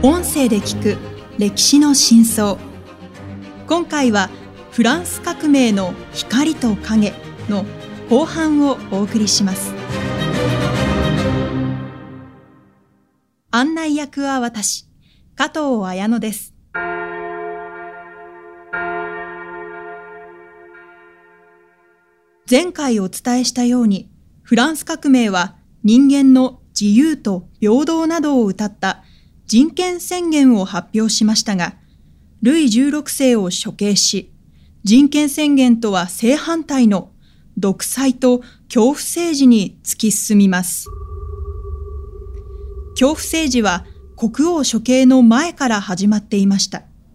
音声で聞く歴史の真相。今回はフランス革命の光と影の後半をお送りします。案内役は私、加藤綾乃です。前回お伝えしたように、フランス革命は人間の自由と平等などを謳った人権宣言を発表しましたが、ルイ16世を処刑し、人権宣言とは正反対の独裁と恐怖政治に突き進みます。恐怖政治は国王処刑の前から始まっていました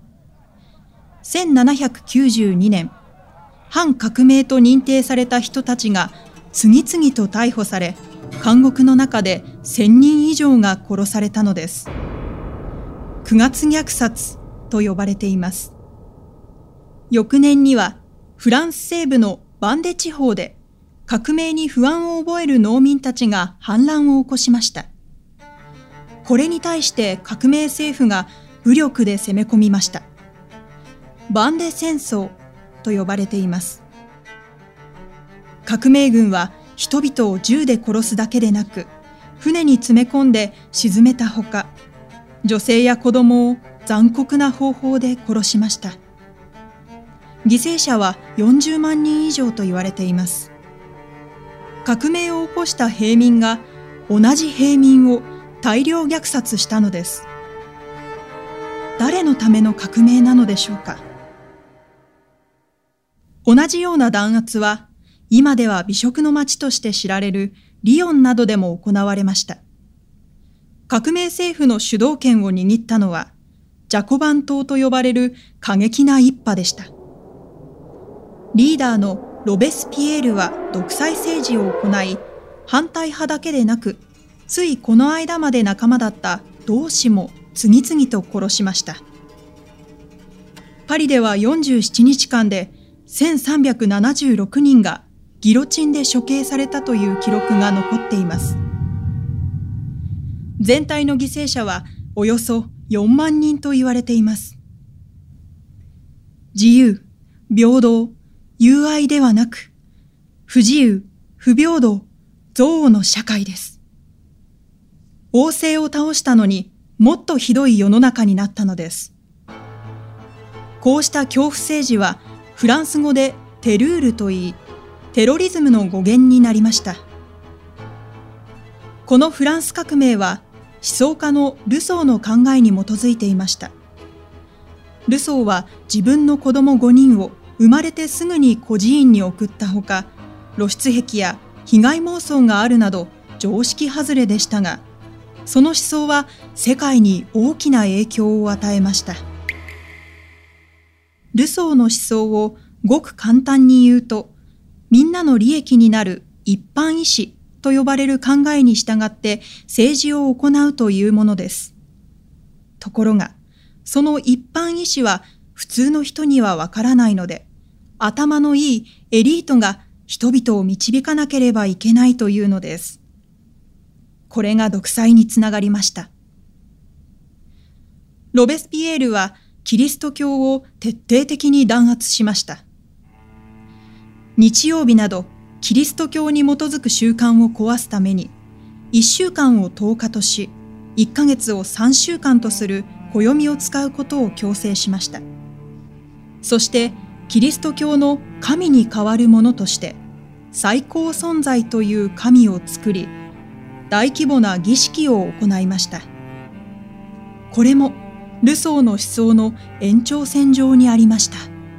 。1792年、反革命と認定された人たちが次々と逮捕され、監獄の中で1000人以上が殺されたのです。9月虐殺と呼ばれています。翌年にはフランス西部のバンデ地方で革命に不安を覚える農民たちが反乱を起こしました。これに対して革命政府が武力で攻め込みました。バンデ戦争と呼ばれています。革命軍は人々を銃で殺すだけでなく、船に詰め込んで沈めたほか、女性や子供を残酷な方法で殺しました。犠牲者は40万人以上と言われています。革命を起こした平民が同じ平民を大量虐殺したのです。誰のための革命なのでしょうか。同じような弾圧は今では美食の街として知られるリヨンなどでも行われました。革命政府の主導権を握ったのはジャコバン党と呼ばれる過激な一派でした。リーダーのロベスピエールは独裁政治を行い、反対派だけでなく、ついこの間まで仲間だった同志も次々と殺しました。パリでは47日間で1376人がギロチンで処刑されたという記録が残っています。全体の犠牲者はおよそ4万人と言われています。自由、平等、友愛ではなく、不自由、不平等、憎悪の社会です。王政を倒したのにもっとひどい世の中になったのです。こうした恐怖政治はフランス語でテルールといい、テロリズムの語源になりました。このフランス革命は思想家のルソーの考えに基づいていました。ルソーは自分の子供5人を生まれてすぐに孤児院に送ったほか、露出癖や被害妄想があるなど常識外れでしたが、その思想は世界に大きな影響を与えました。ルソーの思想をごく簡単に言うと、みんなの利益になる一般意思と呼ばれる考えに従って政治を行うというものです。ところが、その一般意思は普通の人にはわからないので、頭のいいエリートが人々を導かなければいけないというのです。これが独裁につながりました。ロベスピエールはキリスト教を徹底的に弾圧しました。日曜日などキリスト教に基づく習慣を壊すために、1週間を10日とし、1ヶ月を3週間とする暦を使うことを強制しました。そしてキリスト教の神に代わるものとして最高存在という神を作り、大規模な儀式を行いました。これもルソーの思想の延長線上にありました。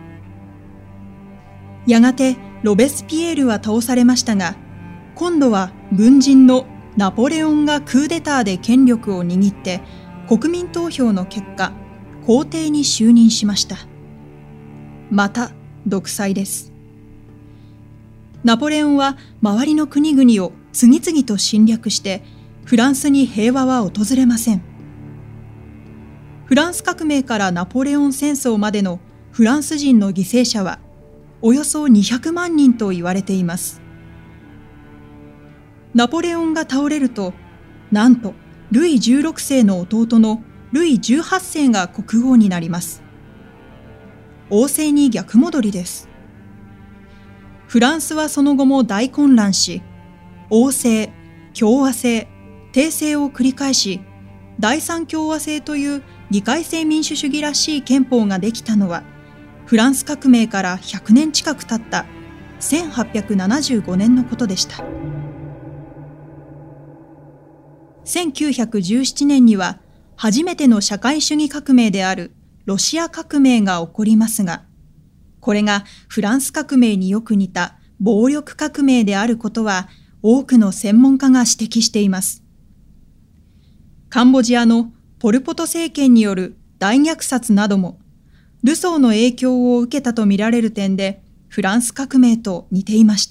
やがてロベスピエールは倒されましたが、今度は軍人のナポレオンがクーデターで権力を握って国民投票の結果、皇帝に就任しました。また独裁です。ナポレオンは周りの国々を次々と侵略してフランスに平和は訪れません。フランス革命からナポレオン戦争までのフランス人の犠牲者はおよそ200万人と言われています。ナポレオンが倒れると、なんとルイ16世の弟のルイ18世が国王になります。王政に逆戻りです。フランスはその後も大混乱し、王政、共和制、帝政を繰り返し、第三共和制という議会制民主主義らしい憲法ができたのは、フランス革命から100年近く経った1875年のことでした。1917年には初めての社会主義革命であるロシア革命が起こりますが、これがフランス革命によく似た暴力革命であることは多くの専門家が指摘しています。カンボジアのポル・ポト政権による大虐殺なども、ルソーの影響を受けたとみられる点でフランス革命と似ていました。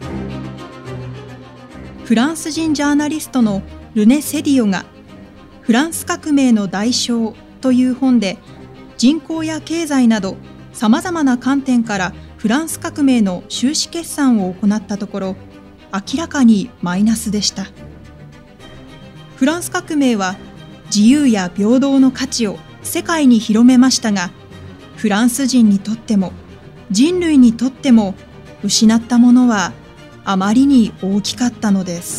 フランス人ジャーナリストのルネ・セディオがフランス革命の代償という本で、人口や経済などさまざまな観点からフランス革命の収支決算を行ったところ、明らかにマイナスでした。フランス革命は自由や平等の価値を世界に広めましたが、フランス人にとっても人類にとっても失ったものはあまりに大きかったのです。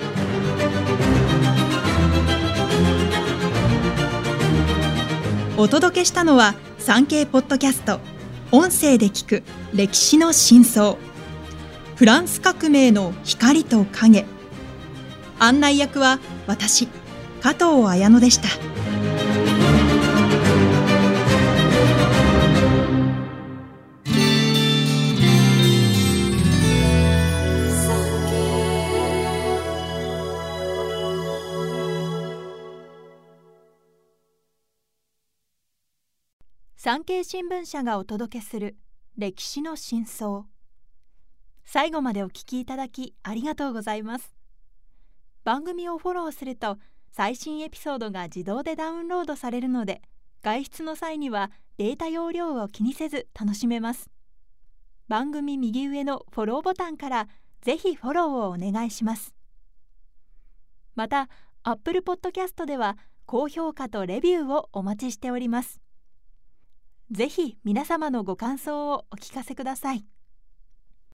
お届けしたのは産経ポッドキャスト、音声で聞く歴史の真相、フランス革命の光と影。案内役は私、加藤綾乃でした。産経新聞社がお届けする歴史の真相。最後までお聞きいただきありがとうございます。番組をフォローすると最新エピソードが自動でダウンロードされるので、外出の際にはデータ容量を気にせず楽しめます。番組右上のフォローボタンからぜひフォローをお願いします。また Apple Podcast では高評価とレビューをお待ちしております。ぜひ皆様のご感想をお聞かせください。